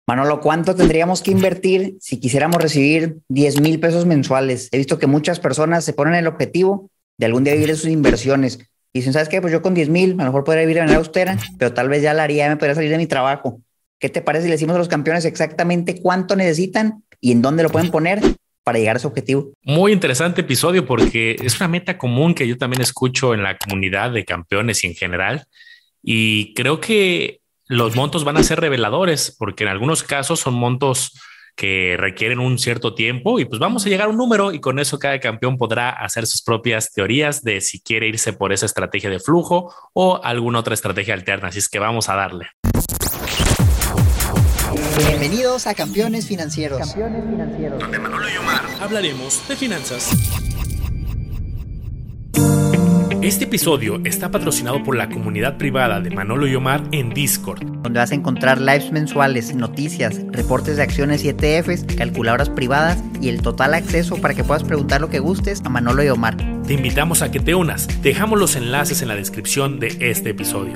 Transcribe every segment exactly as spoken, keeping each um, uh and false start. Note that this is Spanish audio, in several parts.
Manolo, ¿cuánto tendríamos que invertir si quisiéramos recibir diez mil pesos mensuales? He visto que muchas personas se ponen el objetivo de algún día vivir de sus inversiones. Y dicen, ¿sabes qué? Pues yo con diez mil a lo mejor podría vivir de manera austera, pero tal vez ya la haría, me podría salir de mi trabajo. ¿Qué te parece si le decimos a los campeones exactamente cuánto necesitan y en dónde lo pueden poner para llegar a ese objetivo? Muy interesante episodio porque es una meta común que yo también escucho en la comunidad de campeones y en general. Y creo que los montos van a ser reveladores porque en algunos casos son montos que requieren un cierto tiempo y pues vamos a llegar a un número y con eso cada campeón podrá hacer sus propias teorías de si quiere irse por esa estrategia de flujo o alguna otra estrategia alterna. Así es que vamos a darle. Bienvenidos a Campeones Financieros. Campeones Financieros. Donde Manolo y Omar hablaremos de finanzas. Este episodio está patrocinado por la comunidad privada de Manolo y Omar en Discord, donde vas a encontrar lives mensuales, noticias, reportes de acciones y E T Fs, calculadoras privadas y el total acceso para que puedas preguntar lo que gustes a Manolo y Omar. Te invitamos a que te unas. Dejamos los enlaces en la descripción de este episodio.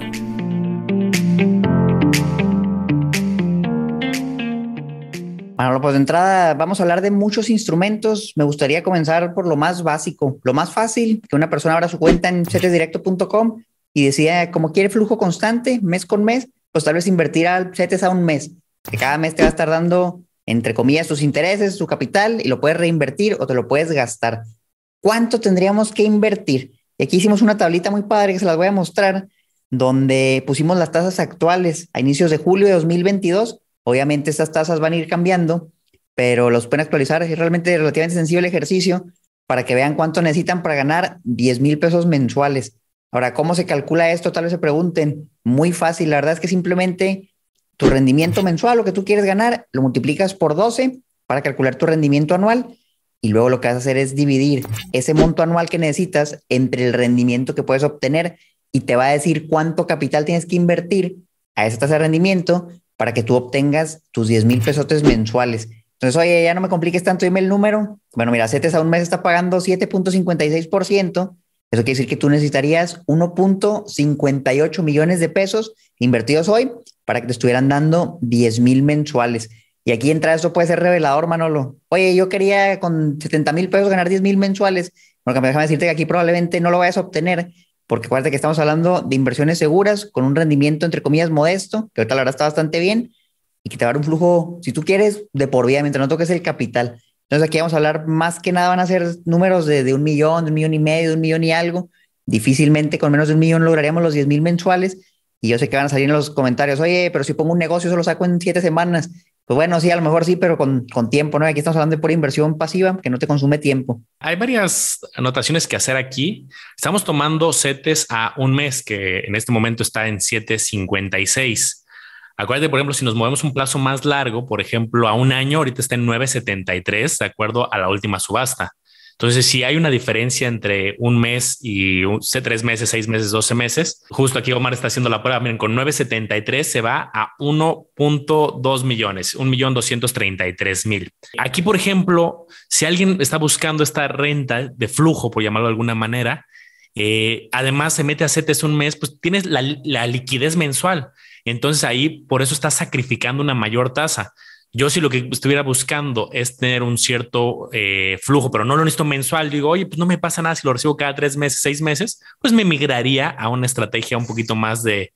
Bueno, pues de entrada vamos a hablar de muchos instrumentos. Me gustaría comenzar por lo más básico, lo más fácil, que una persona abra su cuenta en cetes directo punto com y decida, como quiere flujo constante, mes con mes, pues tal vez invertir al CETES a un mes, que cada mes te va a estar dando, entre comillas, tus intereses, tu capital, y lo puedes reinvertir o te lo puedes gastar. ¿Cuánto tendríamos que invertir? Y aquí hicimos una tablita muy padre que se las voy a mostrar, donde pusimos las tasas actuales a inicios de julio de dos mil veintidós. Obviamente estas tasas van a ir cambiando, pero los pueden actualizar. Es realmente relativamente sencillo el ejercicio para que vean cuánto necesitan para ganar diez mil pesos mensuales. Ahora, ¿cómo se calcula esto? Tal vez se pregunten. Muy fácil. La verdad es que simplemente tu rendimiento mensual, lo que tú quieres ganar, lo multiplicas por doce para calcular tu rendimiento anual y luego lo que vas a hacer es dividir ese monto anual que necesitas entre el rendimiento que puedes obtener y te va a decir cuánto capital tienes que invertir a esa tasa de rendimiento para que tú obtengas tus diez mil pesotes mensuales. Entonces, oye, ya no me compliques tanto, dime el número. Bueno, mira, CETES a un mes está pagando siete punto cincuenta y seis por ciento. Eso quiere decir que tú necesitarías uno punto cincuenta y ocho millones de pesos invertidos hoy para que te estuvieran dando diez mil mensuales. Y aquí entra, esto puede ser revelador, Manolo. Oye, yo quería con setenta mil pesos ganar diez mil mensuales. Bueno, déjame decirte que aquí probablemente no lo vayas a obtener, porque acuérdate que estamos hablando de inversiones seguras con un rendimiento entre comillas modesto, que ahorita la verdad está bastante bien y que te va a dar un flujo, si tú quieres, de por vida mientras no toques el capital. Entonces aquí vamos a hablar más que nada van a ser números de, de un millón, de un millón y medio, de un millón y algo. Difícilmente con menos de un millón lograríamos los diez mil mensuales y yo sé que van a salir en los comentarios, oye, pero si pongo un negocio eso lo saco en siete semanas. Pues bueno, sí, a lo mejor sí, pero con, con tiempo, ¿no? Aquí estamos hablando de pura inversión pasiva que no te consume tiempo. Hay varias anotaciones que hacer aquí. Estamos tomando CETES a un mes, que en este momento está en siete punto cincuenta y seis. Acuérdate, por ejemplo, si nos movemos un plazo más largo, por ejemplo, a un año, ahorita está en nueve punto setenta y tres, de acuerdo a la última subasta. Entonces, si hay una diferencia entre un mes y un, tres meses, seis meses, doce meses, justo aquí Omar está haciendo la prueba. Miren, con nueve punto setenta y tres se va a uno punto dos millones, un millón doscientos treinta y tres mil. Aquí, por ejemplo, si alguien está buscando esta renta de flujo, por llamarlo de alguna manera, eh, además se mete a CETES un mes, pues tienes la, la liquidez mensual. Entonces ahí por eso estás sacrificando una mayor tasa. Yo si lo que estuviera buscando es tener un cierto eh, flujo, pero no lo necesito mensual, digo, oye, pues no me pasa nada si lo recibo cada tres meses, seis meses, pues me migraría a una estrategia un poquito más de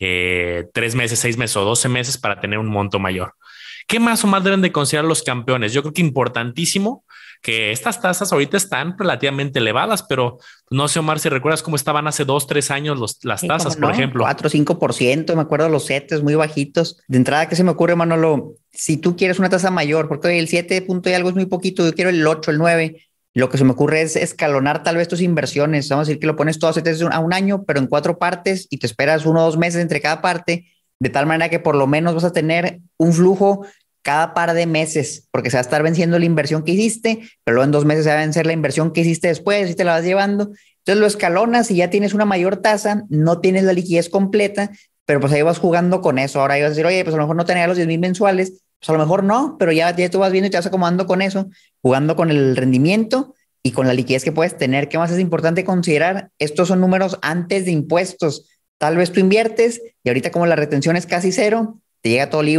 eh, tres meses, seis meses o doce meses para tener un monto mayor. ¿Qué más o más deben de considerar los campeones? Yo creo que importantísimo que estas tasas ahorita están relativamente elevadas, pero no sé, Omar, si recuerdas cómo estaban hace dos, tres años los, las tasas, no, por ejemplo. cuatro o cinco por ciento, me acuerdo los CETES muy bajitos. De entrada, ¿qué se me ocurre, Manolo? Si tú quieres una tasa mayor, porque el siete punto y algo es muy poquito, yo quiero el ocho, el nueve, lo que se me ocurre es escalonar tal vez tus inversiones. Vamos a decir que lo pones todo a CETES a un año, pero en cuatro partes y te esperas uno o dos meses entre cada parte, de tal manera que por lo menos vas a tener un flujo cada par de meses, porque se va a estar venciendo la inversión que hiciste, pero luego en dos meses se va a vencer la inversión que hiciste después y te la vas llevando. Entonces lo escalonas y ya tienes una mayor tasa, no tienes la liquidez completa, pero pues ahí vas jugando con eso. Ahora ibas a decir, oye, pues a lo mejor no tenía los diez mil mensuales, pues a lo mejor no, pero ya, ya tú vas viendo y te vas acomodando con eso, jugando con el rendimiento y con la liquidez que puedes tener. ¿Qué más es importante considerar? Estos son números antes de impuestos. Tal vez tú inviertes y ahorita como la retención es casi cero, te llega todo libre.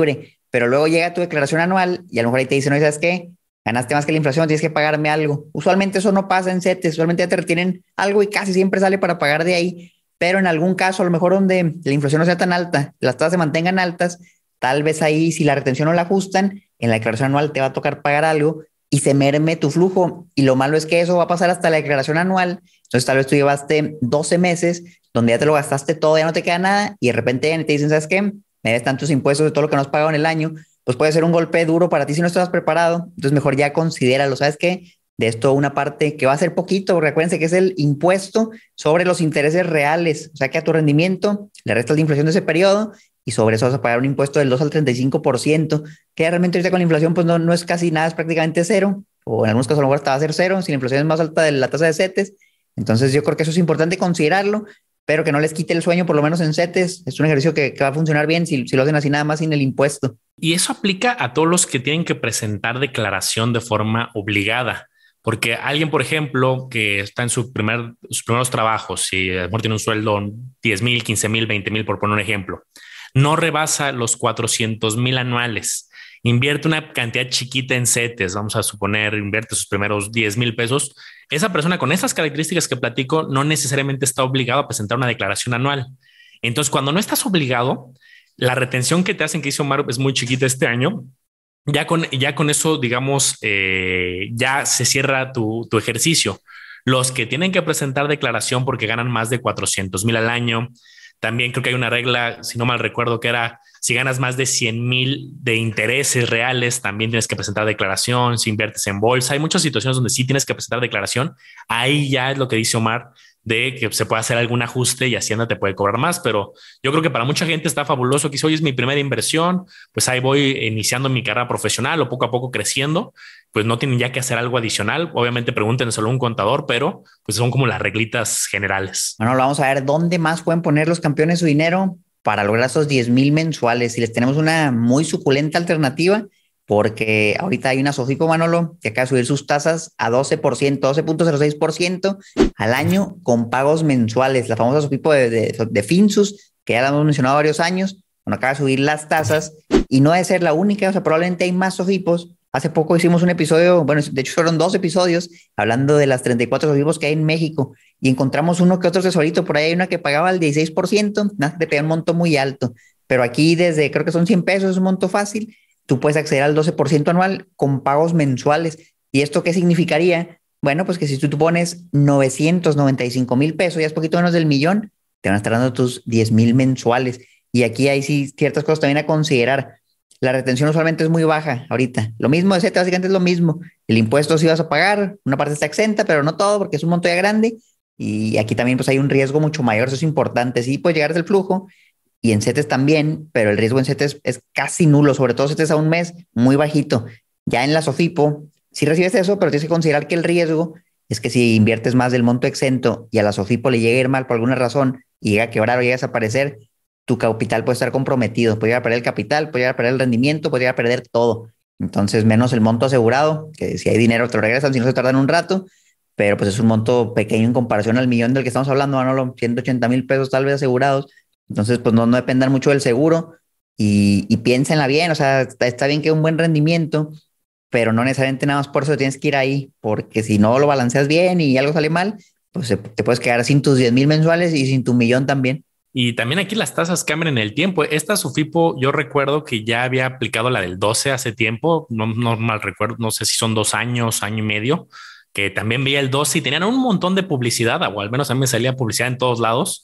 pero luego llega tu declaración anual y a lo mejor ahí te dicen, no, ¿sabes qué? Ganaste más que la inflación, tienes que pagarme algo. Usualmente eso no pasa en CETES, usualmente ya te retienen algo y casi siempre sale para pagar de ahí, pero en algún caso, a lo mejor donde la inflación no sea tan alta, las tasas se mantengan altas, tal vez ahí si la retención no la ajustan, en la declaración anual te va a tocar pagar algo y se merme tu flujo. Y lo malo es que eso va a pasar hasta la declaración anual. Entonces tal vez tú llevaste doce meses donde ya te lo gastaste todo, ya no te queda nada y de repente te dicen, ¿sabes qué? Me debes tantos impuestos de todo lo que no has pagado en el año, pues puede ser un golpe duro para ti si no estás preparado. Entonces mejor ya considéralo. ¿Sabes qué? De esto una parte que va a ser poquito, porque acuérdense que es el impuesto sobre los intereses reales. O sea que a tu rendimiento le restas la inflación de ese periodo y sobre eso vas a pagar un impuesto del dos al treinta y cinco por ciento, que realmente ahorita con la inflación pues no, no es casi nada, es prácticamente cero, o en algunos casos a lo mejor hasta va a ser cero, si la inflación es más alta de la tasa de CETES. Entonces yo creo que eso es importante considerarlo, pero que no les quite el sueño, por lo menos en CETES. Es un ejercicio que, que va a funcionar bien si, si lo hacen así nada más sin el impuesto. Y eso aplica a todos los que tienen que presentar declaración de forma obligada. Porque alguien, por ejemplo, que está en su primer, sus primeros trabajos y a lo mejor tiene un sueldo diez mil, quince mil, veinte mil, por poner un ejemplo, no rebasa los cuatrocientos mil anuales, invierte una cantidad chiquita en CETES, vamos a suponer, invierte sus primeros diez mil pesos, esa persona con esas características que platico no necesariamente está obligado a presentar una declaración anual. Entonces, cuando no estás obligado, la retención que te hacen, que hizo Omar, es muy chiquita este año. Ya con, ya con eso, digamos, eh, ya se cierra tu, tu ejercicio. Los que tienen que presentar declaración porque ganan más de cuatrocientos mil al año, también creo que hay una regla, si no mal recuerdo, que era si ganas más de cien mil de intereses reales, también tienes que presentar declaración. Si inviertes en bolsa, hay muchas situaciones donde sí tienes que presentar declaración. Ahí ya es lo que dice Omar, de que se puede hacer algún ajuste y Hacienda te puede cobrar más, pero yo creo que para mucha gente está fabuloso que dice, oye, es mi primera inversión, pues ahí voy iniciando mi carrera profesional o poco a poco creciendo, pues no tienen ya que hacer algo adicional. Obviamente pregúntenselo a un contador, pero pues son como las reglitas generales. Bueno, vamos a ver dónde más pueden poner los campeones su dinero para lograr esos diez mil mensuales. Y les tenemos una muy suculenta alternativa, porque ahorita hay una Sofipo, Manolo, que acaba de subir sus tasas a doce por ciento, doce punto cero seis por ciento al año con pagos mensuales. La famosa Sofipo de, de, de Finsus, que ya la hemos mencionado varios años, bueno, acaba de subir las tasas y no debe ser la única, o sea, probablemente hay más Sofipos. Hace poco hicimos un episodio, bueno, de hecho fueron dos episodios hablando de las treinta y cuatro Sofipos que hay en México y encontramos uno que otro tesorito. Por ahí hay una que pagaba el dieciséis por ciento, nada, te pedía un monto muy alto, pero aquí desde creo que son cien pesos, es un monto fácil. Tú puedes acceder al doce por ciento anual con pagos mensuales. ¿Y esto qué significaría? Bueno, pues que si tú, tú pones novecientos noventa y cinco mil pesos, ya es poquito menos del millón, te van a estar dando tus diez mil mensuales. Y aquí hay sí ciertas cosas también a considerar. La retención usualmente es muy baja ahorita. Lo mismo de CETES, básicamente es lo mismo. El impuesto sí vas a pagar, una parte está exenta, pero no todo porque es un monto ya grande. Y aquí también pues hay un riesgo mucho mayor, eso es importante. Sí puede llegar del flujo, y en CETES también, pero el riesgo en CETES es casi nulo, sobre todo CETES a un mes, muy bajito. Ya en la Sofipo, sí recibes eso, pero tienes que considerar que el riesgo es que si inviertes más del monto exento y a la Sofipo le llega a ir mal por alguna razón y llega a quebrar o llega a desaparecer, tu capital puede estar comprometido, puede llegar a perder el capital, puede llegar a perder el rendimiento, puede llegar a perder todo. Entonces, menos el monto asegurado, que si hay dinero te lo regresan, si no se tardan un rato, pero pues es un monto pequeño en comparación al millón del que estamos hablando, Manolo, ciento ochenta mil pesos tal vez asegurados. Entonces, pues no, no dependan mucho del seguro y, y piénsenla bien. O sea, está, está bien que un buen rendimiento, pero no necesariamente nada más por eso tienes que ir ahí, porque si no lo balanceas bien y algo sale mal, pues te puedes quedar sin tus diez mil mensuales y sin tu millón también. Y también aquí las tasas cambian en el tiempo. Esta Sofipo, yo recuerdo que ya había aplicado la del doce hace tiempo, no, no mal recuerdo, no sé si son dos años, año y medio, que también veía el doce y tenían un montón de publicidad, o al menos a mí me salía publicidad en todos lados.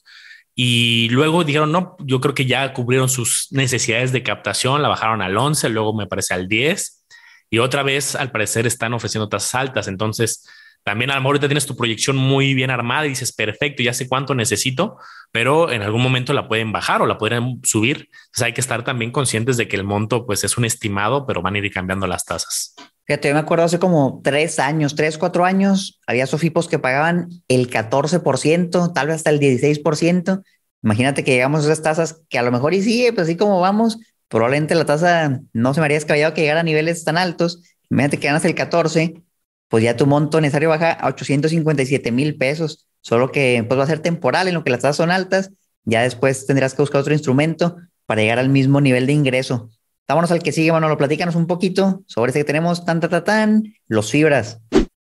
Y luego dijeron, no, yo creo que ya cubrieron sus necesidades de captación, la bajaron al once, luego me parece al diez y otra vez al parecer están ofreciendo tasas altas. Entonces también a lo mejor ahorita tienes tu proyección muy bien armada y dices, perfecto, ya sé cuánto necesito, pero en algún momento la pueden bajar o la podrían subir. Entonces hay que estar también conscientes de que el monto pues es un estimado, pero van a ir cambiando las tasas. Fíjate, yo me acuerdo hace como tres años, tres, cuatro años, había Sofipos que pagaban el catorce por ciento, tal vez hasta el dieciséis por ciento. Imagínate que llegamos a esas tasas que a lo mejor y sigue, pues así como vamos, probablemente la tasa no se me haría descabellado que llegara a niveles tan altos. Imagínate que ganas el catorce, pues ya tu monto necesario baja a ochocientos cincuenta y siete mil pesos, solo que pues va a ser temporal en lo que las tasas son altas. Ya después tendrás que buscar otro instrumento para llegar al mismo nivel de ingreso. Vámonos al que sigue, Manolo. Platícanos un poquito sobre este que tenemos, tan, tan, tan, tan, los fibras.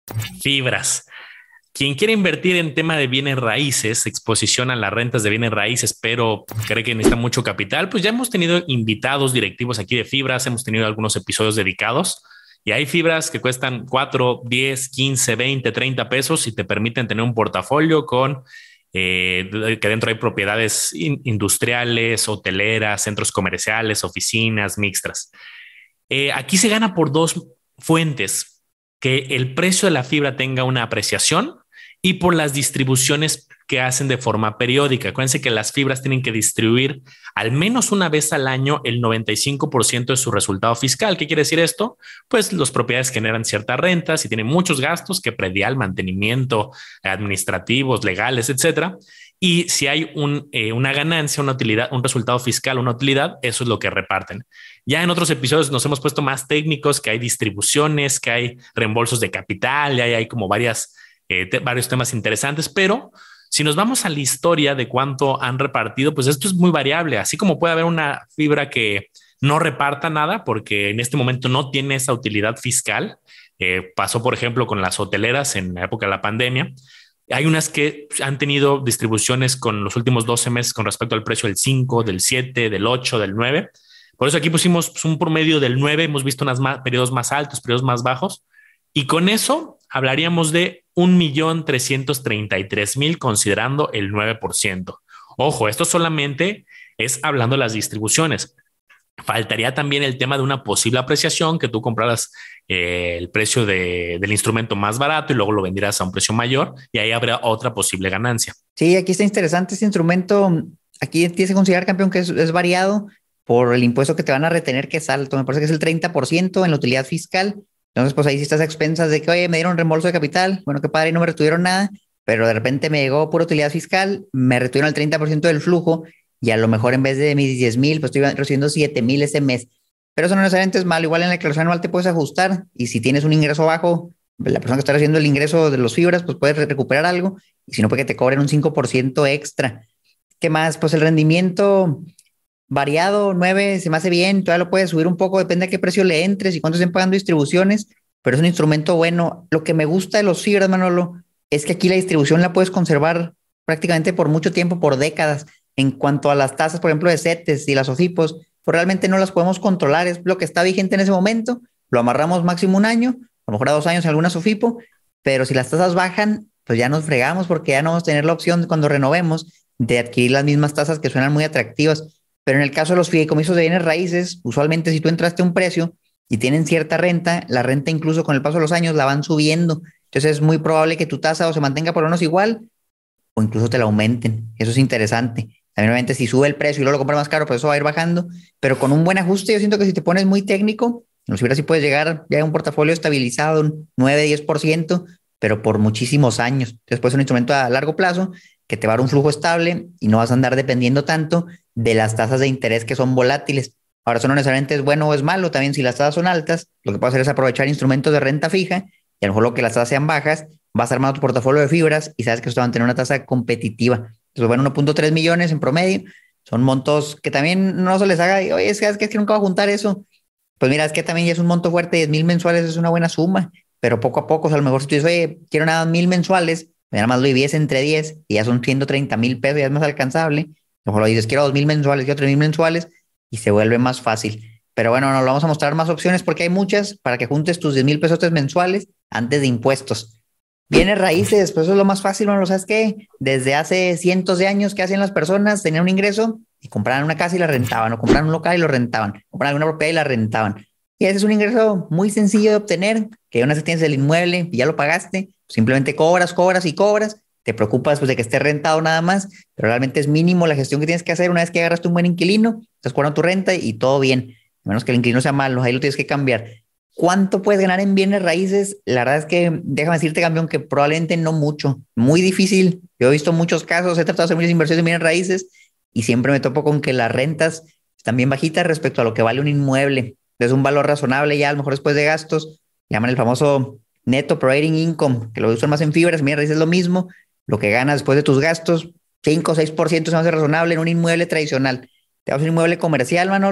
Fibras. Quien quiere invertir en tema de bienes raíces, exposición a las rentas de bienes raíces, pero cree que necesita mucho capital, pues ya hemos tenido invitados directivos aquí de fibras, hemos tenido algunos episodios dedicados y hay fibras que cuestan cuatro, diez, quince, veinte, treinta pesos y te permiten tener un portafolio con eh, que dentro hay propiedades in- industriales, hoteleras, centros comerciales, oficinas mixtas. Eh, aquí se gana por dos fuentes: que el precio de la fibra tenga una apreciación y por las distribuciones que hacen de forma periódica. Acuérdense que las fibras tienen que distribuir al menos una vez al año el noventa y cinco por ciento de su resultado fiscal. ¿Qué quiere decir esto? Pues las propiedades generan ciertas rentas y tienen muchos gastos que predial, mantenimiento, administrativos, legales, etcétera. Y si hay un, eh, una ganancia, una utilidad, un resultado fiscal, una utilidad, eso es lo que reparten. Ya en otros episodios nos hemos puesto más técnicos, que hay distribuciones, que hay reembolsos de capital, ya hay, hay como varias, eh, te, varios temas interesantes, pero si nos vamos a la historia de cuánto han repartido, pues esto es muy variable, así como puede haber una fibra que no reparta nada porque en este momento no tiene esa utilidad fiscal. Eh, pasó, por ejemplo, con las hoteleras en la época de la pandemia. Hay unas que han tenido distribuciones con los últimos doce meses con respecto al precio del cinco, del siete, del ocho, del nueve. Por eso aquí pusimos pues, un promedio del nueve. Hemos visto unos periodos más altos, periodos más bajos. Y con eso hablaríamos de un millón trescientos treinta y tres mil considerando el nueve por ciento. Ojo, esto solamente es hablando de las distribuciones. Faltaría también el tema de una posible apreciación, que tú compraras eh, el precio de, del instrumento más barato y luego lo vendieras a un precio mayor y ahí habrá otra posible ganancia. Sí, aquí está interesante este instrumento. Aquí tienes que considerar, campeón, que es, es variado por el impuesto que te van a retener, que es alto. Me parece que es el treinta por ciento en la utilidad fiscal. Entonces, pues ahí sí estás a expensas de que, oye, me dieron reembolso de capital. Bueno, qué padre, no me retuvieron nada, pero de repente me llegó pura utilidad fiscal, me retuvieron el treinta por ciento del flujo y a lo mejor en vez de mis diez mil, pues estoy recibiendo siete mil ese mes. Pero eso no necesariamente es malo. Igual en la declaración anual te puedes ajustar y si tienes un ingreso bajo, la persona que está haciendo el ingreso de los fibras, pues puedes recuperar algo y si no, puede que te cobren un cinco por ciento extra. ¿Qué más? Pues el rendimiento variado, nueve, se me hace bien, todavía lo puedes subir un poco, depende a qué precio le entres y cuánto estén pagando distribuciones, pero es un instrumento bueno. Lo que me gusta de los fibras, Manolo, es que aquí la distribución la puedes conservar prácticamente por mucho tiempo, por décadas. En cuanto a las tasas, por ejemplo, de CETES y las OFIPOS, pues realmente no las podemos controlar, es lo que está vigente en ese momento, lo amarramos máximo un año, a lo mejor a dos años en alguna SOFIPO, pero si las tasas bajan, pues ya nos fregamos porque ya no vamos a tener la opción cuando renovemos de adquirir las mismas tasas que suenan muy atractivas. Pero en el caso de los fideicomisos de bienes raíces, usualmente si tú entraste a un precio y tienen cierta renta, la renta incluso con el paso de los años la van subiendo. Entonces es muy probable que tu tasa o se mantenga por lo menos igual o incluso te la aumenten. Eso es interesante. También obviamente si sube el precio y luego lo compras más caro, pues eso va a ir bajando. Pero con un buen ajuste, yo siento que si te pones muy técnico, en los fibras sí puedes llegar ya a un portafolio estabilizado, un nueve, diez por ciento, pero por muchísimos años. Después es un instrumento a largo plazo que te va a dar un flujo estable y no vas a andar dependiendo tanto de las tasas de interés que son volátiles. Ahora, eso no necesariamente es bueno o es malo. También si las tasas son altas, lo que puedes hacer es aprovechar instrumentos de renta fija y a lo mejor lo que las tasas sean bajas, vas armando tu portafolio de fibras y sabes que esto va a tener una tasa competitiva. Entonces, bueno, uno punto tres millones en promedio. Son montos que también no se les haga, oye, es que, es que nunca va a juntar eso. Pues mira, es que también ya es un monto fuerte, diez mil mensuales es una buena suma, pero poco a poco, o sea, a lo mejor si tú dices, oye, quiero nada mil mensuales, nada más lo divides entre diez y ya son ciento treinta mil pesos, ya es más alcanzable. A lo mejor lo dices, quiero dos mil mensuales, quiero tres mil mensuales y se vuelve más fácil. Pero bueno, nos lo vamos a mostrar más opciones porque hay muchas para que juntes tus diez mil pesos mensuales antes de impuestos. Bienes raíces, pues eso es lo más fácil, ¿no? ¿Sabes qué? Desde hace cientos de años, ¿qué hacían las personas? Tenían un ingreso y compraban una casa y la rentaban, o compraban un local y lo rentaban, compraban una propiedad y la rentaban. Y ese es un ingreso muy sencillo de obtener, que una vez que tienes el inmueble y ya lo pagaste, simplemente cobras, cobras y cobras, te preocupas pues de que esté rentado nada más, pero realmente es mínimo la gestión que tienes que hacer una vez que agarraste un buen inquilino, estás cobrando tu renta y todo bien, a menos que el inquilino sea malo, ahí lo tienes que cambiar. ¿Cuánto puedes ganar en bienes raíces? La verdad es que déjame decirte, campeón, que probablemente no mucho, muy difícil. Yo he visto muchos casos, he tratado de hacer muchas inversiones en bienes raíces y siempre me topo con que las rentas están bien bajitas respecto a lo que vale un inmueble. Es un valor razonable ya, a lo mejor después de gastos, llaman el famoso Net Operating Income, que lo usan más en fibras, en bienes raíces es lo mismo, lo que ganas después de tus gastos, cinco o seis por ciento se me hace razonable en un inmueble tradicional. Te vas a un inmueble comercial, Manolo,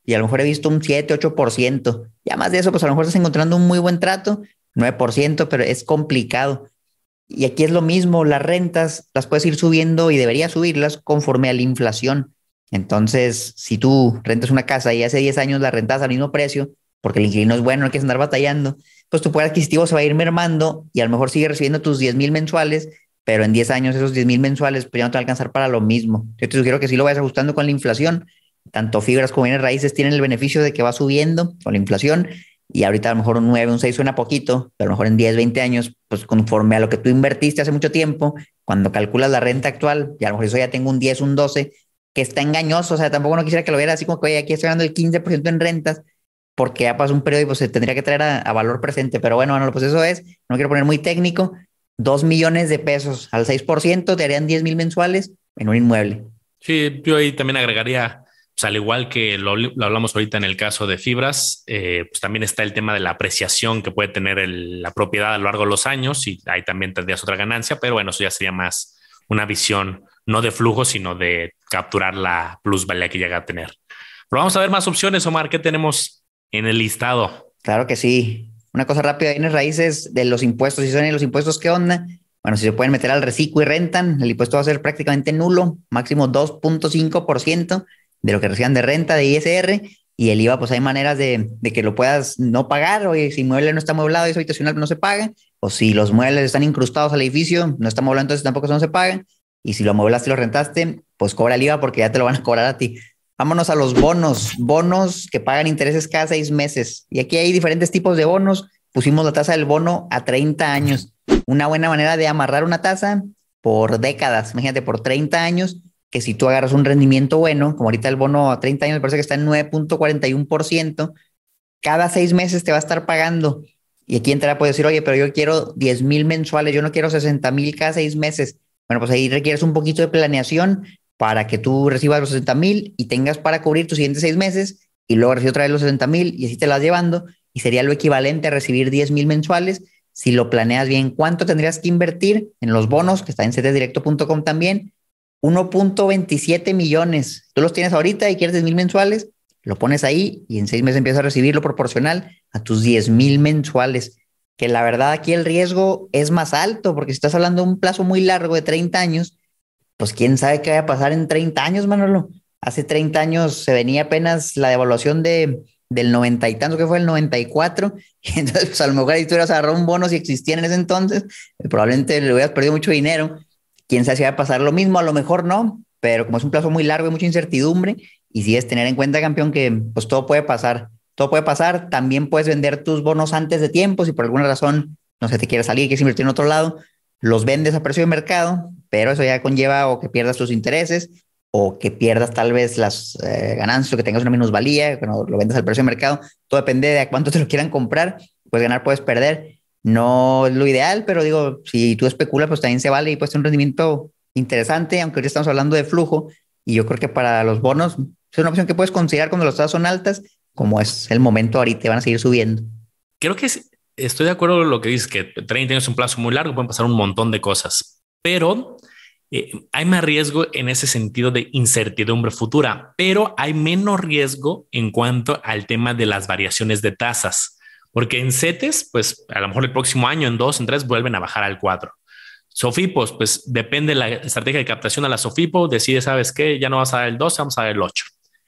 y a lo mejor he visto un siete, ocho por ciento. Ya más de eso, pues a lo mejor estás encontrando un muy buen trato, nueve por ciento, pero es complicado. Y aquí es lo mismo, las rentas las puedes ir subiendo y deberías subirlas conforme a la inflación. Entonces, si tú rentas una casa y hace diez años la rentas al mismo precio, porque el inquilino es bueno, no hay que andar batallando, pues tu poder adquisitivo se va a ir mermando y a lo mejor sigues recibiendo tus diez mil mensuales, pero en diez años esos diez mil mensuales pues ya no te va a alcanzar para lo mismo. Yo te sugiero que sí lo vayas ajustando con la inflación. Tanto fibras como bienes raíces tienen el beneficio de que va subiendo con la inflación y ahorita a lo mejor un nueve, un seis suena poquito, pero a lo mejor en diez, veinte años, pues conforme a lo que tú invertiste hace mucho tiempo, cuando calculas la renta actual, y a lo mejor eso ya tengo un diez, un doce, que está engañoso, o sea, tampoco no quisiera que lo viera así como que, oye, aquí estoy ganando el quince por ciento en rentas, porque ya pasó un periodo y pues se tendría que traer a, a valor presente, pero bueno, bueno, pues eso es, no quiero poner muy técnico, dos millones de pesos al seis por ciento te harían diez mil mensuales en un inmueble. Sí, yo ahí también agregaría, pues al igual que lo, lo hablamos ahorita en el caso de fibras, eh, pues también está el tema de la apreciación que puede tener el, la propiedad a lo largo de los años y ahí también tendrías otra ganancia, pero bueno, eso ya sería más una visión no de flujo, sino de capturar la plusvalía que llega a tener. Pero vamos a ver más opciones, Omar, ¿qué tenemos en el listado? Claro que sí. Una cosa rápida, bienes raíces de los impuestos. Si son los impuestos, ¿qué onda? Bueno, si se pueden meter al reciclo y rentan, el impuesto va a ser prácticamente nulo, máximo dos punto cinco por ciento de lo que reciban de renta de I S R. Y el I V A, pues hay maneras de, de que lo puedas no pagar. Oye, si inmueble no está amueblado y es habitacional, no se paga. O si los muebles están incrustados al edificio, no está amueblado, entonces tampoco eso no se paga. Y si lo amueblaste y lo rentaste, pues cobra el I V A porque ya te lo van a cobrar a ti. Vámonos a los bonos, bonos que pagan intereses cada seis meses. Y aquí hay diferentes tipos de bonos. Pusimos la tasa del bono a treinta años. Una buena manera de amarrar una tasa por décadas. Imagínate, por treinta años, que si tú agarras un rendimiento bueno, como ahorita el bono a treinta años me parece que está en nueve punto cuarenta y uno por ciento, cada seis meses te va a estar pagando. Y aquí entrará, puedes decir, oye, pero yo quiero diez mil mensuales, yo no quiero sesenta mil cada seis meses. Bueno, pues ahí requieres un poquito de planeación para que tú recibas los sesenta mil y tengas para cubrir tus siguientes seis meses y luego recibir otra vez los sesenta mil y así te las vas llevando y sería lo equivalente a recibir diez mil mensuales si lo planeas bien. ¿Cuánto tendrías que invertir en los bonos? Que está en cetes directo punto com también. uno punto veintisiete millones. Tú los tienes ahorita y quieres diez mil mensuales, lo pones ahí y en seis meses empiezas a recibirlo proporcional a tus diez mil mensuales. Que la verdad aquí el riesgo es más alto porque si estás hablando de un plazo muy largo de treinta años, pues quién sabe qué va a pasar en treinta años, Manolo. Hace treinta años se venía apenas la devaluación de, del noventa y tanto, que fue el noventa y cuatro, y entonces pues a lo mejor ahí tú hubieras agarrado un bono si existía en ese entonces, eh, probablemente le hubieras perdido mucho dinero. Quién sabe si va a pasar lo mismo, a lo mejor no, pero como es un plazo muy largo y mucha incertidumbre, y si es tener en cuenta, campeón, que pues todo puede pasar, todo puede pasar. También puedes vender tus bonos antes de tiempo, si por alguna razón, no sé, te quieres salir, quieres invertir en otro lado, los vendes a precio de mercado, pero eso ya conlleva o que pierdas tus intereses o que pierdas tal vez las eh, ganancias o que tengas una minusvalía cuando lo vendes al precio de mercado. Todo depende de a cuánto te lo quieran comprar. Puedes ganar, puedes perder. No es lo ideal, pero digo, si tú especulas, pues también se vale y puede ser un rendimiento interesante, aunque ahorita estamos hablando de flujo y yo creo que para los bonos es una opción que puedes considerar cuando las tasas son altas, como es el momento ahorita, van a seguir subiendo. Creo que es, estoy de acuerdo con lo que dices, que treinta años es un plazo muy largo, pueden pasar un montón de cosas, pero eh, hay más riesgo en ese sentido de incertidumbre futura, pero hay menos riesgo en cuanto al tema de las variaciones de tasas, porque en CETES, pues a lo mejor el próximo año, en dos, en tres, vuelven a bajar al cuatro. Sofipos, pues depende de la estrategia de captación a la Sofipo, decide, ¿sabes qué? Ya no vas a dar el doce, vamos a dar el ocho.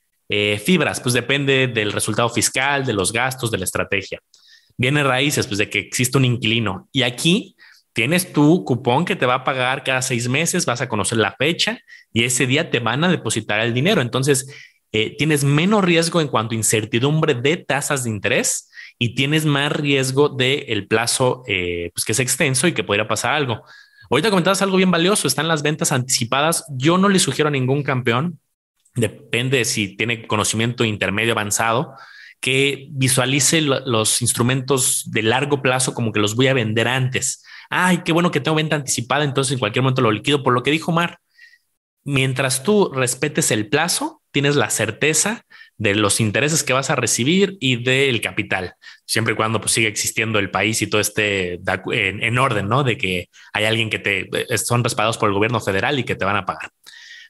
Eh, fibras, pues depende del resultado fiscal, de los gastos, de la estrategia. Bienes raíces, pues de que existe un inquilino. Y aquí tienes tu cupón que te va a pagar cada seis meses, vas a conocer la fecha y ese día te van a depositar el dinero. Entonces, eh, tienes menos riesgo en cuanto a incertidumbre de tasas de interés y tienes más riesgo del plazo eh, pues que es extenso y que podría pasar algo. Ahorita comentabas algo bien valioso, están las ventas anticipadas. Yo no le sugiero a ningún campeón, depende de si tiene conocimiento intermedio avanzado, que visualice lo, los instrumentos de largo plazo como que los voy a vender antes. Ay, qué bueno que tengo venta anticipada, entonces en cualquier momento lo liquido. Por lo que dijo Mar, mientras tú respetes el plazo, tienes la certeza de los intereses que vas a recibir y del capital, siempre y cuando pues, siga existiendo el país y todo esté en, en orden, ¿no? De que hay alguien que te son respaldados por el gobierno federal y que te van a pagar.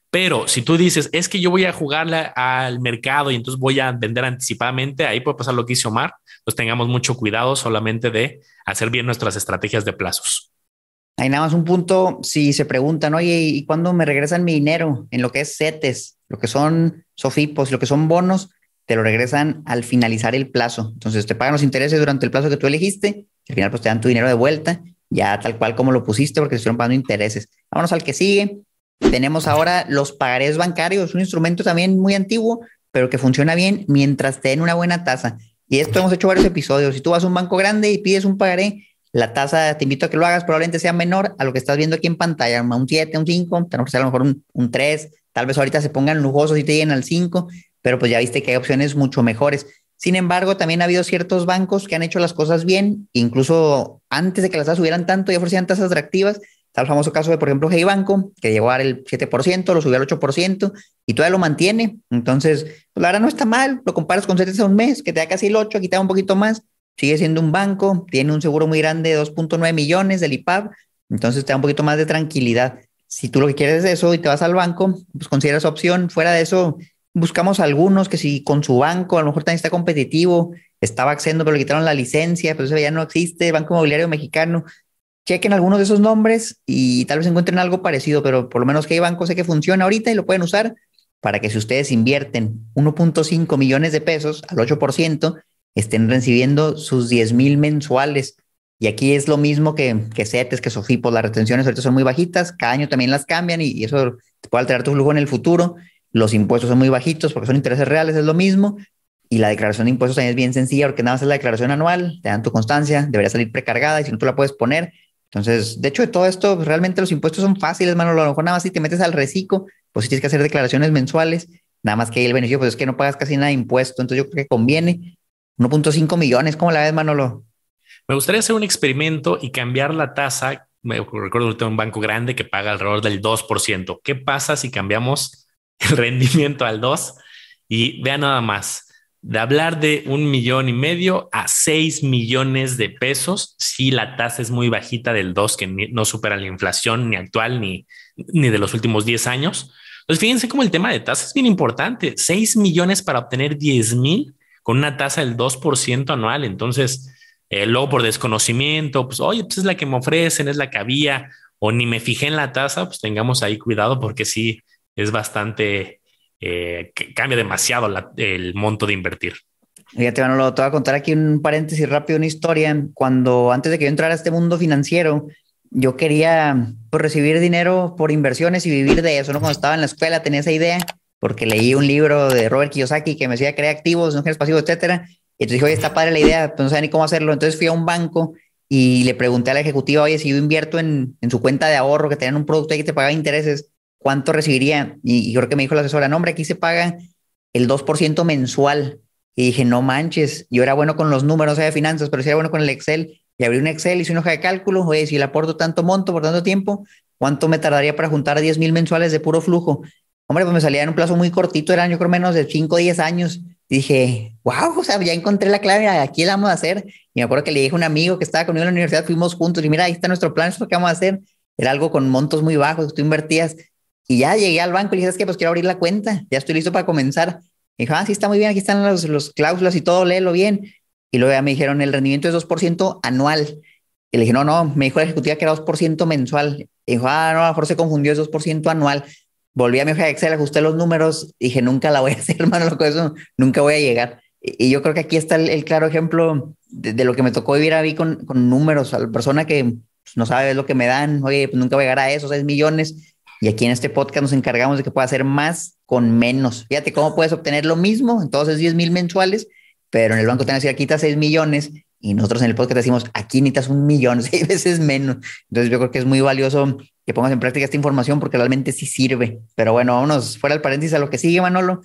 Pero si tú dices, es que yo voy a jugarle al mercado y entonces voy a vender anticipadamente, ahí puede pasar lo que hizo Omar. Pues tengamos mucho cuidado solamente de hacer bien nuestras estrategias de plazos. Hay nada más un punto, si se preguntan, oye, ¿y cuándo me regresan mi dinero? En lo que es CETES, lo que son SOFIPOS, lo que son bonos, te lo regresan al finalizar el plazo. Entonces te pagan los intereses durante el plazo que tú elegiste, y al final pues te dan tu dinero de vuelta, ya tal cual como lo pusiste, porque te estuvieron pagando intereses. Vámonos al que sigue. Tenemos ahora los pagarés bancarios, un instrumento también muy antiguo, pero que funciona bien mientras te den una buena tasa. Y esto hemos hecho varios episodios. Si tú vas a un banco grande y pides un pagaré, la tasa, te invito a que lo hagas, probablemente sea menor a lo que estás viendo aquí en pantalla, un siete, un cinco, tenemos que ser a lo mejor un, un tres, tal vez ahorita se pongan lujosos y te lleguen al cinco, pero pues ya viste que hay opciones mucho mejores. Sin embargo, también ha habido ciertos bancos que han hecho las cosas bien, incluso antes de que las tasas subieran tanto y ofrecían tasas atractivas. Está el famoso caso de, por ejemplo, Hey Banco, que llegó a dar el siete por ciento, lo subió al ocho por ciento y todavía lo mantiene. Entonces, pues la verdad no está mal, lo comparas con CETES a un mes, que te da casi el ocho, aquí te da un poquito más. Sigue siendo un banco, tiene un seguro muy grande de dos punto nueve millones del I P A B, entonces te da un poquito más de tranquilidad. Si tú lo que quieres es eso y te vas al banco, pues considera esa opción. Fuera de eso, buscamos algunos que si con su banco a lo mejor también está competitivo, estaba Accendo, pero le quitaron la licencia, pues eso ya no existe, Banco Inmobiliario Mexicano. Chequen algunos de esos nombres y tal vez encuentren algo parecido, pero por lo menos que hay banco sé que funciona ahorita y lo pueden usar para que si ustedes invierten uno punto cinco millones de pesos al ocho por ciento, estén recibiendo sus diez mil mensuales. Y aquí es lo mismo que, que CETES, que SOFIPOS, las retenciones ahorita son muy bajitas, cada año también las cambian y, y eso te puede alterar tu flujo en el futuro. Los impuestos son muy bajitos porque son intereses reales, es lo mismo. Y la declaración de impuestos también es bien sencilla porque nada más es la declaración anual, te dan tu constancia, debería salir precargada y si no tú la puedes poner. Entonces, de hecho, de todo esto, pues, realmente los impuestos son fáciles, mano. A lo mejor nada más si te metes al reciclo, pues si tienes que hacer declaraciones mensuales, nada más que ahí el beneficio, pues es que no pagas casi nada de impuesto. Entonces, yo creo que conviene. uno punto cinco millones, ¿cómo la ves, Manolo? Me gustaría hacer un experimento y cambiar la tasa. Me recuerdo de un banco grande que paga alrededor del dos por ciento. ¿Qué pasa si cambiamos el rendimiento al dos? Y vean nada más, de hablar de un millón y medio a seis millones de pesos, si la tasa es muy bajita del dos, que ni, no supera la inflación ni actual ni, ni de los últimos diez años. Entonces, fíjense cómo el tema de tasa es bien importante. seis millones para obtener diez mil con una tasa del dos por ciento anual. Entonces, eh, luego por desconocimiento, pues, oye, pues es la que me ofrecen, es la que había, o ni me fijé en la tasa, pues tengamos ahí cuidado porque sí es bastante, eh, que cambia demasiado la, el monto de invertir. Fíjate, Manolo, te voy a contar aquí un paréntesis rápido, una historia. Cuando antes de que yo entrara a este mundo financiero, yo quería pues, recibir dinero por inversiones y vivir de eso, ¿no? Cuando estaba en la escuela tenía esa idea porque leí un libro de Robert Kiyosaki que me decía crea activos, no generes pasivos, etcétera. Y entonces dije, oye, está padre la idea, pero no sabía ni cómo hacerlo. Entonces fui a un banco y le pregunté a la ejecutiva, oye, si yo invierto en, en su cuenta de ahorro, que tenían un producto ahí que te pagaba intereses, ¿cuánto recibiría? Y, y creo que me dijo la asesora, no, hombre, aquí se paga el dos por ciento mensual. Y dije, no manches, yo era bueno con los números de finanzas, pero sí era bueno con el Excel. Y abrí un Excel, hice una hoja de cálculo, oye, si le aporto tanto monto por tanto tiempo, ¿cuánto me tardaría para juntar diez mil mensuales de puro flujo? Hombre, pues me salía en un plazo muy cortito, eran yo creo menos de cinco o diez años. Y dije, wow, o sea, ya encontré la clave, aquí la vamos a hacer. Y me acuerdo que le dije a un amigo que estaba conmigo en la universidad, fuimos juntos y mira, ahí está nuestro plan, esto es lo que vamos a hacer. Era algo con montos muy bajos, tú invertías. Y ya llegué al banco y dije, es que pues quiero abrir la cuenta, ya estoy listo para comenzar. Y dijo, ah, sí, está muy bien, aquí están los, los cláusulas y todo, léelo bien. Y luego ya me dijeron, el rendimiento es dos por ciento anual. Y le dije, no, no, me dijo la ejecutiva que era dos por ciento mensual. Y dijo, ah, no, a lo mejor se confundió, es dos por ciento anual. Volví a mi hoja de Excel, ajusté los números, dije, nunca la voy a hacer, hermano, loco, eso nunca voy a llegar. Y, y yo creo que aquí está el, el claro ejemplo de, de lo que me tocó vivir a mí con, con números. A la persona que pues, no sabe lo que me dan, oye, pues nunca voy a llegar a esos seis millones. Y aquí en este podcast nos encargamos de que pueda hacer más con menos. Fíjate cómo puedes obtener lo mismo, entonces diez mil mensuales, pero en el banco te van a decir, aquí está seis millones, y nosotros en el podcast decimos, aquí necesitas un millón, seis veces menos. Entonces yo creo que es muy valioso que pongas en práctica esta información porque realmente sí sirve. Pero bueno, vámonos fuera del paréntesis a lo que sigue, Manolo.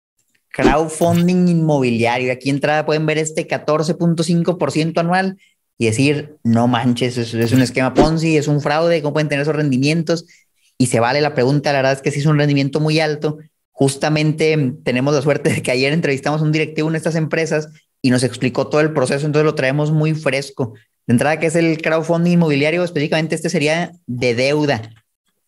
Crowdfunding inmobiliario. Aquí entrada pueden ver este catorce punto cinco por ciento anual y decir, no manches, es, es un esquema Ponzi, es un fraude, ¿cómo pueden tener esos rendimientos? Y se vale la pregunta, la verdad es que sí es un rendimiento muy alto. Justamente tenemos la suerte de que ayer entrevistamos a un directivo en estas empresas y nos explicó todo el proceso, entonces lo traemos muy fresco. De entrada, ¿qué es el crowdfunding inmobiliario? Específicamente este sería de deuda.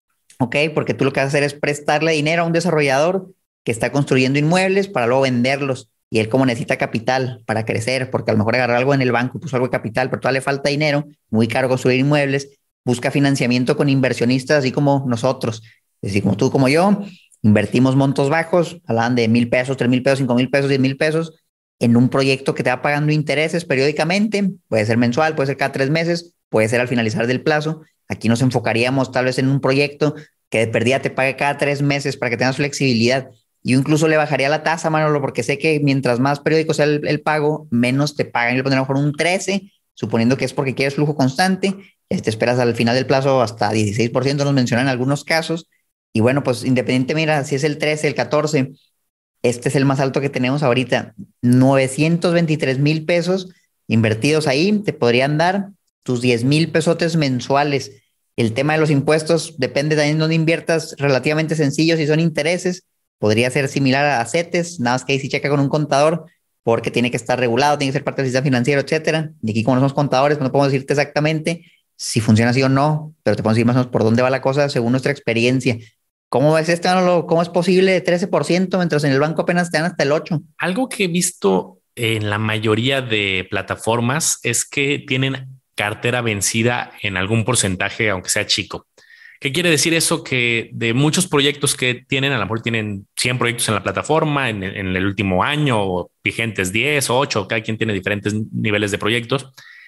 ¿ok? Porque tú lo que vas a hacer es prestarle dinero a un desarrollador que está construyendo inmuebles para luego venderlos. Y él como necesita capital para crecer, porque a lo mejor agarrar algo en el banco, puso algo de capital, pero todavía le falta dinero, muy caro construir inmuebles, busca financiamiento con inversionistas así como nosotros, es decir, como tú, como yo, invertimos montos bajos, hablan de mil pesos, tres mil pesos, cinco mil pesos, diez mil pesos, en un proyecto que te va pagando intereses periódicamente, puede ser mensual, puede ser cada tres meses, puede ser al finalizar del plazo. Aquí nos enfocaríamos tal vez en un proyecto que de perdida te pague cada tres meses para que tengas flexibilidad. Yo incluso le bajaría la tasa, Manolo, porque sé que mientras más periódico sea el, el pago, menos te pagan. Yo le pondría a lo mejor un trece, suponiendo que es porque quieres flujo constante. Te esperas al final del plazo hasta dieciséis por ciento, nos mencionan en algunos casos. Y bueno, pues independiente, mira, si es el trece, el catorce, este es el más alto que tenemos ahorita. novecientos veintitrés mil pesos invertidos ahí, te podrían dar tus diez mil pesotes mensuales. El tema de los impuestos depende también de dónde inviertas, relativamente sencillo, si son intereses. Podría ser similar a CETES, nada más que ahí sí checa con un contador, porque tiene que estar regulado, tiene que ser parte del sistema financiero, etcétera. Y aquí, como no somos contadores, pues no podemos decirte exactamente si funciona así o no, pero te podemos decir más o menos por dónde va la cosa según nuestra experiencia. ¿Cómo ves este? ¿Cómo es posible trece por ciento mientras en el banco apenas te dan hasta el ocho por ciento? Algo que he visto en la mayoría de plataformas es que tienen cartera vencida en algún porcentaje, aunque sea chico. ¿Qué quiere decir eso? Que de muchos proyectos que tienen, a lo mejor tienen cien proyectos en la plataforma en, en el último año, o vigentes diez o ocho, cada quien tiene diferentes niveles de proyectos.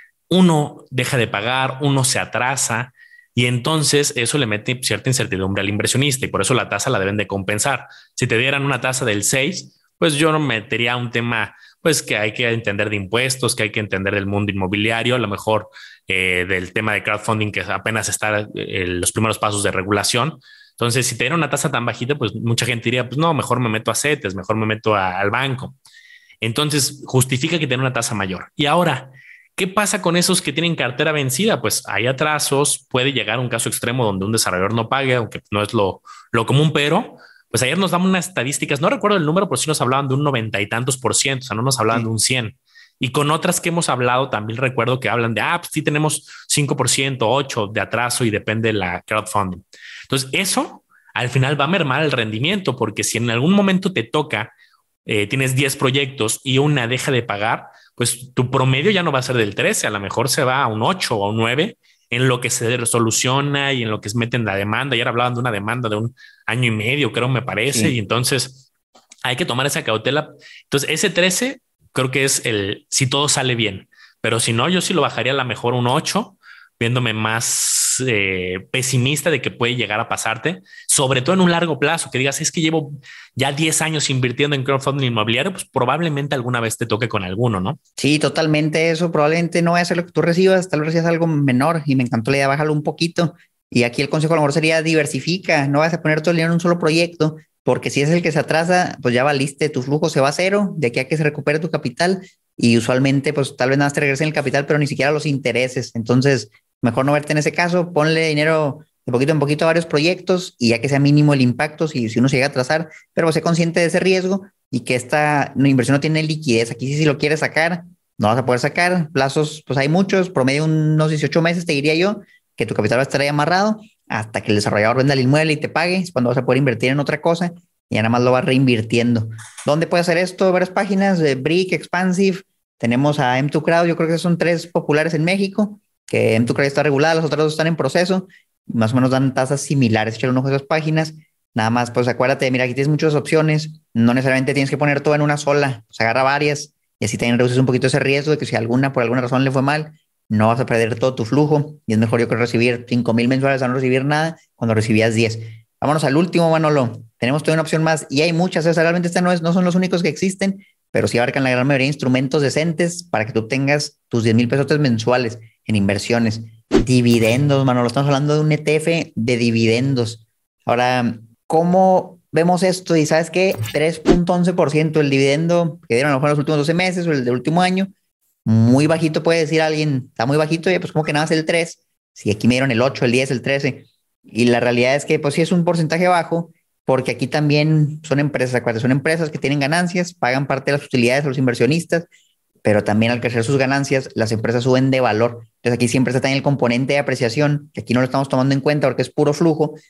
Uno deja de pagar, uno se atrasa, y entonces eso le mete cierta incertidumbre al inversionista, y por eso la tasa la deben de compensar. Si te dieran una tasa del seis, pues yo no metería un tema pues que hay que entender de impuestos, que hay que entender del mundo inmobiliario, a lo mejor eh, del tema de crowdfunding, que apenas está en los primeros pasos de regulación. Entonces, si te diera una tasa tan bajita, pues mucha gente diría, pues no, mejor me meto a CETES, mejor me meto a, al banco. Entonces, justifica que tenga una tasa mayor. Y ahora, ¿qué pasa con esos que tienen cartera vencida? Pues hay atrasos, puede llegar a un caso extremo donde un desarrollador no pague, aunque no es lo, lo común, pero pues ayer nos daban unas estadísticas, no recuerdo el número, pero sí nos hablaban de un noventa y tantos por ciento, o sea, no nos hablaban sí. de un cien. Y con otras que hemos hablado, también recuerdo que hablan de, ah, pues sí tenemos cinco por ciento, ocho por ciento de atraso y depende de la crowdfunding. Entonces, eso al final va a mermar el rendimiento, porque si en algún momento te toca, eh, tienes diez proyectos y una deja de pagar, pues tu promedio ya no va a ser del trece, a lo mejor se va a un ocho o a un nueve, en lo que se resoluciona y en lo que se mete en la demanda. Ayer hablaban de una demanda de un año y medio, creo, me parece, sí. Y entonces hay que tomar esa cautela. Entonces, ese trece creo que es el, si todo sale bien, pero si no, yo sí lo bajaría a lo mejor un ocho, viéndome más eh, pesimista de que puede llegar a pasarte, sobre todo en un largo plazo, que digas, es que llevo ya diez años invirtiendo en crowdfunding inmobiliario, pues probablemente alguna vez te toque con alguno, ¿no? Sí, totalmente eso, probablemente no vaya a ser lo que tú recibas, tal vez recibas algo menor, y me encantó la idea, bájalo un poquito, y aquí el consejo a lo mejor sería diversifica, no vas a poner todo el dinero en un solo proyecto, porque si es el que se atrasa, pues ya valiste, tu flujo se va a cero, de aquí a que se recupere tu capital, y usualmente pues tal vez nada más te regresen el capital, pero ni siquiera los intereses, entonces mejor no verte en ese caso, ponle dinero de poquito en poquito a varios proyectos y ya que sea mínimo el impacto si, si uno se llega a atrasar, pero sé consciente de ese riesgo y que esta no, inversión no tiene liquidez. Aquí sí, si lo quieres sacar, no vas a poder sacar. Plazos, pues hay muchos, promedio unos dieciocho meses, te diría yo, que tu capital va a estar ahí amarrado hasta que el desarrollador venda el inmueble y te pague, es cuando vas a poder invertir en otra cosa y ya nada más lo vas reinvirtiendo. ¿Dónde puedes hacer esto? Varias páginas, de Brick, Expansive, tenemos a M dos Crowd, yo creo que son tres populares en México, que M dos Crowd está regulada, las otras dos están en proceso, más o menos dan tasas similares. Échale un ojo a esas páginas. Nada más, pues acuérdate, mira, aquí tienes muchas opciones. No necesariamente tienes que poner todo en una sola. Pues agarra varias y así también reduces un poquito ese riesgo de que si alguna por alguna razón le fue mal, no vas a perder todo tu flujo. Y es mejor yo que recibir cinco mil mensuales a no recibir nada cuando recibías diez. Vámonos al último, Manolo. Tenemos toda una opción más y hay muchas. O sea, realmente estas no, es, no son los únicos que existen, pero sí abarcan la gran mayoría de instrumentos decentes para que tú tengas tus diez mil pesos mensuales en inversiones. Dividendos, Manolo, estamos hablando de un E T F de dividendos. Ahora, ¿cómo vemos esto? Y ¿sabes qué? tres punto once por ciento el dividendo que dieron a lo mejor en los últimos doce meses o el del último año, muy bajito puede decir alguien, está muy bajito, y pues como que nada más el tres, si aquí me dieron el ocho, el diez, el trece, y la realidad es que pues sí es un porcentaje bajo, porque aquí también son empresas, acuérdate, son empresas que tienen ganancias, pagan parte de las utilidades a los inversionistas, pero también al crecer sus ganancias, las empresas suben de valor. Entonces aquí siempre está en el componente de apreciación, que aquí no lo estamos tomando en cuenta porque es puro flujo,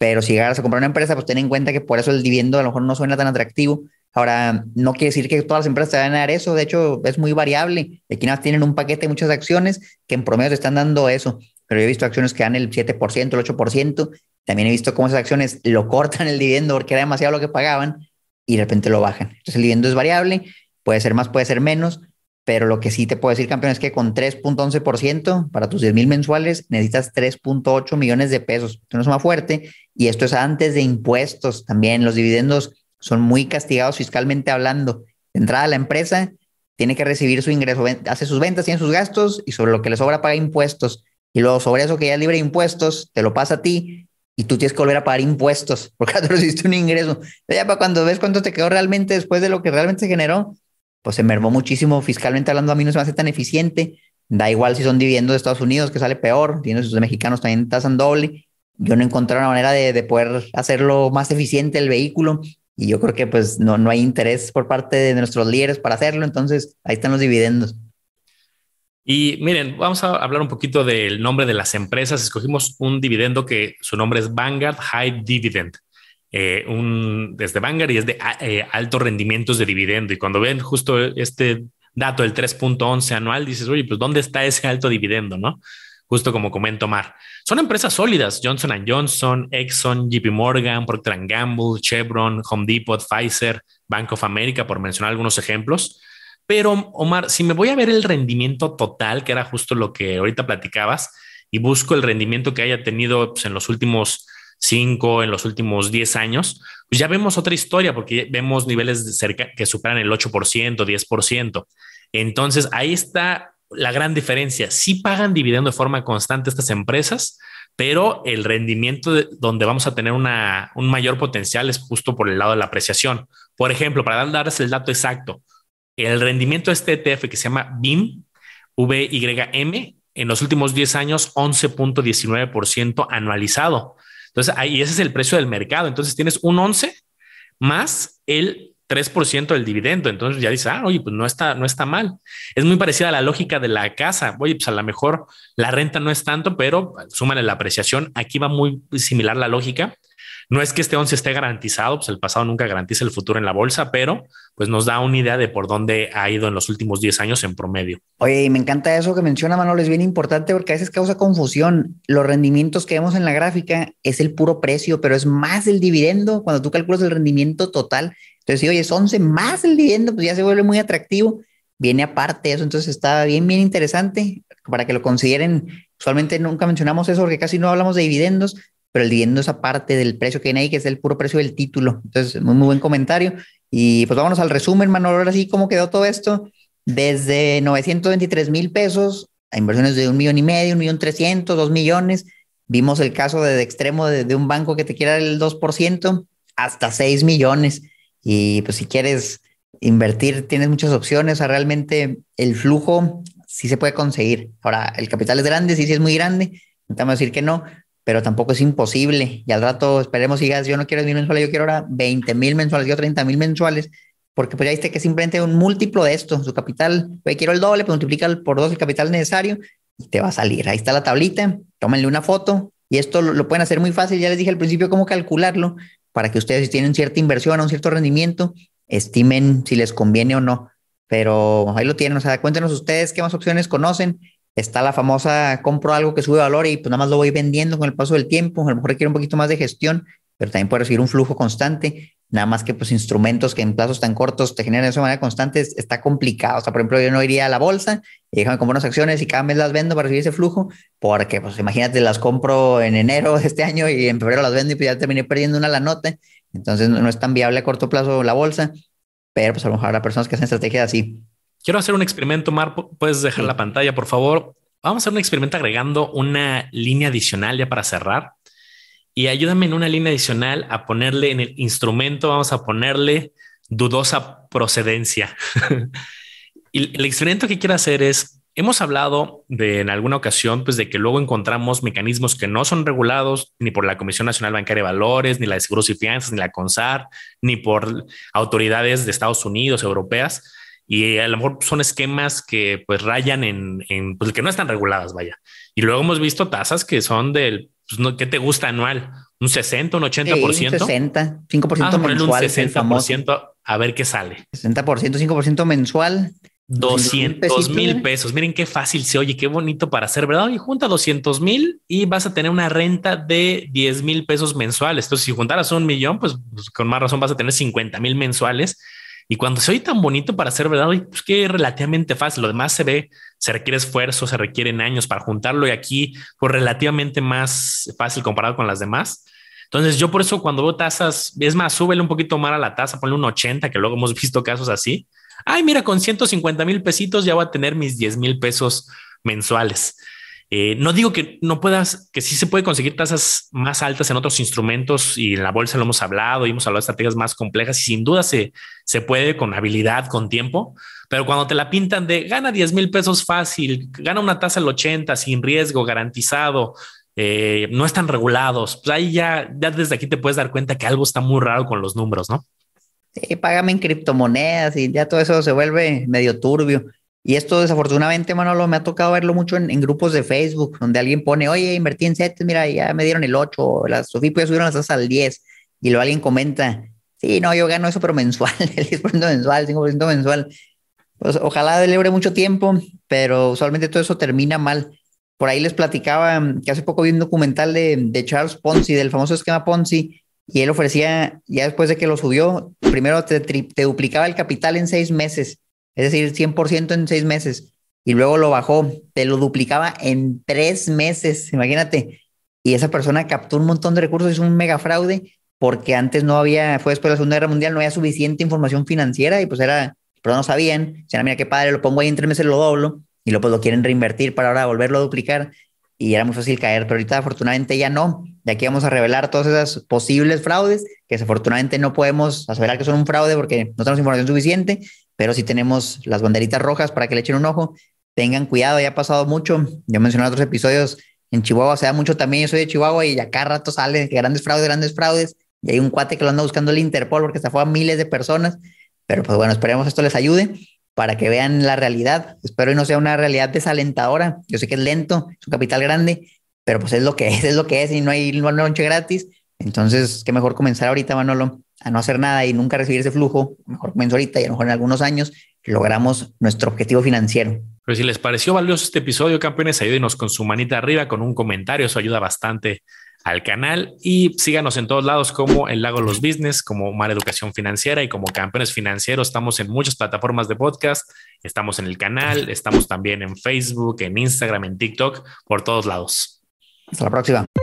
pero si llegaras a comprar una empresa, pues ten en cuenta que por eso el dividendo a lo mejor no suena tan atractivo. Ahora, no quiere decir que todas las empresas te van a dar eso, de hecho es muy variable. Aquí nada más tienen un paquete de muchas acciones que en promedio te están dando eso, pero yo he visto acciones que dan el siete por ciento, el ocho por ciento. También he visto cómo esas acciones lo cortan el dividendo porque era demasiado lo que pagaban y de repente lo bajan. Entonces el dividendo es variable, puede ser más, puede ser menos, pero lo que sí te puedo decir, campeón, es que con tres punto once por ciento para tus diez mil mensuales necesitas tres punto ocho millones de pesos. Esto no es más fuerte y esto es antes de impuestos. También los dividendos son muy castigados fiscalmente hablando. De entrada, la empresa tiene que recibir su ingreso, hace sus ventas, tiene sus gastos y sobre lo que le sobra paga impuestos. Y luego sobre eso que ya es libre de impuestos, te lo pasa a ti y tú tienes que volver a pagar impuestos porque tú recibiste un ingreso. Ya para cuando ves cuánto te quedó realmente después de lo que realmente se generó, pues se mermó muchísimo fiscalmente hablando. A mí no se me hace tan eficiente. Da igual si son dividendos de Estados Unidos, que sale peor, dividendos de mexicanos también tasan doble. Yo no encontré una manera de, de poder hacerlo más eficiente el vehículo y yo creo que pues no, no hay interés por parte de nuestros líderes para hacerlo. Entonces ahí están los dividendos. Y miren, vamos a hablar un poquito del nombre de las empresas. Escogimos un dividendo que su nombre es Vanguard High Dividend. Eh, un, desde Vanguard y es de eh, altos rendimientos de dividendo. Y cuando ven justo este dato del tres punto once anual, dices, oye, pues ¿dónde está ese alto dividendo? ¿No? Justo como comenta Omar. Son empresas sólidas: Johnson and Johnson, Exxon, J P Morgan, Procter and Gamble, Chevron, Home Depot, Pfizer, Bank of America, por mencionar algunos ejemplos. Pero Omar, si me voy a ver el rendimiento total, que era justo lo que ahorita platicabas, y busco el rendimiento que haya tenido pues, en los últimos cinco, en los últimos diez años, pues ya vemos otra historia, porque vemos niveles de cerca que superan el ocho por ciento, diez por ciento. Entonces ahí está la gran diferencia. Sí pagan dividendo de forma constante estas empresas, pero el rendimiento de, donde vamos a tener una, un mayor potencial es justo por el lado de la apreciación. Por ejemplo, para darles el dato exacto, el rendimiento de este E T F que se llama V I M, V Y M, en los últimos diez años, once punto diecinueve por ciento anualizado. Entonces, ahí ese es el precio del mercado. Entonces, tienes un once más el tres por ciento del dividendo. Entonces, ya dices, ah, oye, pues no está, no está mal. Es muy parecida a la lógica de la casa. Oye, pues a lo mejor la renta no es tanto, pero súmale la apreciación. Aquí va muy similar la lógica. No es que este once esté garantizado, pues el pasado nunca garantiza el futuro en la bolsa, pero pues nos da una idea de por dónde ha ido en los últimos diez años en promedio. Oye, y me encanta eso que menciona Manolo, es bien importante porque a veces causa confusión. Los rendimientos que vemos en la gráfica es el puro precio, pero es más el dividendo cuando tú calculas el rendimiento total. Entonces, si oye, es once más el dividendo, pues ya se vuelve muy atractivo. Viene aparte de eso, entonces está bien, bien interesante para que lo consideren. Usualmente nunca mencionamos eso porque casi no hablamos de dividendos, pero el dividendo es aparte del precio que viene ahí, que es el puro precio del título. Entonces, muy, muy buen comentario. Y pues vámonos al resumen, Manolo. Ahora sí, ¿cómo quedó todo esto? Desde novecientos veintitrés mil pesos a inversiones de un millón y medio, un millón trescientos, dos millones. Vimos el caso de, de extremo de, de un banco que te quiera el dos por ciento hasta seis millones. Y pues si quieres invertir, tienes muchas opciones. O sea, realmente el flujo sí se puede conseguir. Ahora, el capital es grande, sí, sí es muy grande. No te vamos a decir que no, pero tampoco es imposible. Y al rato esperemos y digas, yo no quiero mil mensuales, yo quiero ahora veinte mil mensuales, yo treinta mil mensuales, porque pues ya viste que es simplemente un múltiplo de esto. Su capital, oye, quiero el doble, pues multiplica por dos el capital necesario y te va a salir. Ahí está la tablita, tómenle una foto y esto lo, lo pueden hacer muy fácil. Ya les dije al principio cómo calcularlo para que ustedes, si tienen cierta inversión o un cierto rendimiento, estimen si les conviene o no. Pero ahí lo tienen. O sea, cuéntenos ustedes qué más opciones conocen. Está la famosa compro algo que sube valor y pues nada más lo voy vendiendo con el paso del tiempo. A lo mejor requiere un poquito más de gestión, pero también puede recibir un flujo constante. Nada más que pues instrumentos que en plazos tan cortos te generan de esa manera constante está complicado. O sea, por ejemplo, yo no iría a la bolsa y déjame comprar unas acciones y cada mes las vendo para recibir ese flujo, porque pues imagínate, las compro en enero de este año y en febrero las vendo y pues ya terminé perdiendo una la nota. Entonces no, no es tan viable a corto plazo la bolsa, pero pues a lo mejor habrá personas que hacen estrategias así. Quiero hacer un experimento, Mar. Puedes dejar Sí. la pantalla, por favor. Vamos a hacer un experimento agregando una línea adicional ya para cerrar. Y ayúdame en una línea adicional a ponerle en el instrumento, vamos a ponerle dudosa procedencia. Y el experimento que quiero hacer es, hemos hablado de en alguna ocasión, pues de que luego encontramos mecanismos que no son regulados ni por la Comisión Nacional Bancaria de Valores, ni la de Seguros y Fianzas, ni la CONSAR, ni por autoridades de Estados Unidos, europeas. Y a lo mejor son esquemas que pues rayan en, en pues que no están reguladas, vaya. Y luego hemos visto tasas que son del pues no, ¿qué te gusta anual? ¿Un sesenta, un ochenta Sí, por un ciento? sesenta, cinco por ciento Vamos a ponerle un mensual, es el sesenta por famoso. ciento a ver qué sale. sesenta por ciento, cinco por ciento mensual, doscientos mil Doscientos pesitos. mil ¿eh? pesos. Miren qué fácil se oye, qué bonito para hacer, ¿verdad? Y junta doscientos mil y vas a tener una renta de diez mil pesos mensuales. Entonces, si juntaras un millón, pues, pues con más razón vas a tener cincuenta mil mensuales. Y cuando se oye tan bonito para ser verdad, pues que es relativamente fácil. Lo demás se ve, se requiere esfuerzo, se requieren años para juntarlo y aquí, pues relativamente más fácil comparado con las demás. Entonces, yo por eso cuando veo tasas, es más, súbele un poquito más a la tasa, ponle un ochenta, que luego hemos visto casos así. Ay, mira, con ciento cincuenta mil pesitos ya voy a tener mis diez mil pesos mensuales. Eh, no digo que no puedas, que sí se puede conseguir tasas más altas en otros instrumentos y en la bolsa lo hemos hablado y hemos hablado de estrategias más complejas y sin duda se, se puede con habilidad, con tiempo, pero cuando te la pintan de gana diez mil pesos fácil, gana una tasa al ochenta sin riesgo garantizado, eh, no están regulados, pues ahí ya, ya desde aquí te puedes dar cuenta que algo está muy raro con los números, ¿no? Sí, págame en criptomonedas y ya todo eso se vuelve medio turbio. Y esto desafortunadamente, Manolo, me ha tocado verlo mucho en, en grupos de Facebook, donde alguien pone, oye, invertí en CETES, mira, ya me dieron el ocho, las Sofipo ya subieron las tasas al diez, y luego alguien comenta, sí, no, yo gano eso, pero mensual, el diez por ciento mensual, cinco por ciento mensual. Pues ojalá dure mucho tiempo, pero usualmente todo eso termina mal. Por ahí les platicaba mm, que hace poco vi un documental de, de Charles Ponzi, del famoso esquema Ponzi, y él ofrecía, ya después de que lo subió, primero te, tri- te duplicaba el capital en seis meses, es decir, cien por ciento en seis meses, y luego lo bajó, te lo duplicaba en tres meses, imagínate. Y esa persona captó un montón de recursos, hizo un mega fraude, porque antes no había, fue después de la Segunda Guerra Mundial, no había suficiente información financiera, y pues era, pero no sabían, decían, mira qué padre, lo pongo ahí en tres meses, lo doblo, y luego pues lo quieren reinvertir para ahora volverlo a duplicar, y era muy fácil caer, pero ahorita afortunadamente ya no. De aquí vamos a revelar todas esas posibles fraudes, que desafortunadamente no podemos aseverar que son un fraude porque no tenemos información suficiente, pero sí tenemos las banderitas rojas para que le echen un ojo. Tengan cuidado, ya ha pasado mucho. Yo mencioné en otros episodios, en Chihuahua se da mucho también, yo soy de Chihuahua y ya cada rato sale que grandes fraudes, grandes fraudes, y hay un cuate que lo anda buscando el Interpol porque estafó a miles de personas, pero pues bueno, esperemos esto les ayude para que vean la realidad. Espero y no sea una realidad desalentadora. Yo sé que es lento, es un capital grande, pero pues es lo que es, es lo que es y no hay no hay lonche gratis. Entonces, qué mejor comenzar ahorita, Manolo, a no hacer nada y nunca recibir ese flujo. Mejor comienzo ahorita y a lo mejor en algunos años logramos nuestro objetivo financiero. Pero si les pareció valioso este episodio, campeones, ayúdenos con su manita arriba, con un comentario, eso ayuda bastante al canal y síganos en todos lados como El Lago de los Business, como Mar Educación Financiera y como Campeones Financieros. Estamos en muchas plataformas de podcast, estamos en el canal, estamos también en Facebook, en Instagram, en TikTok, por todos lados. Hasta la próxima.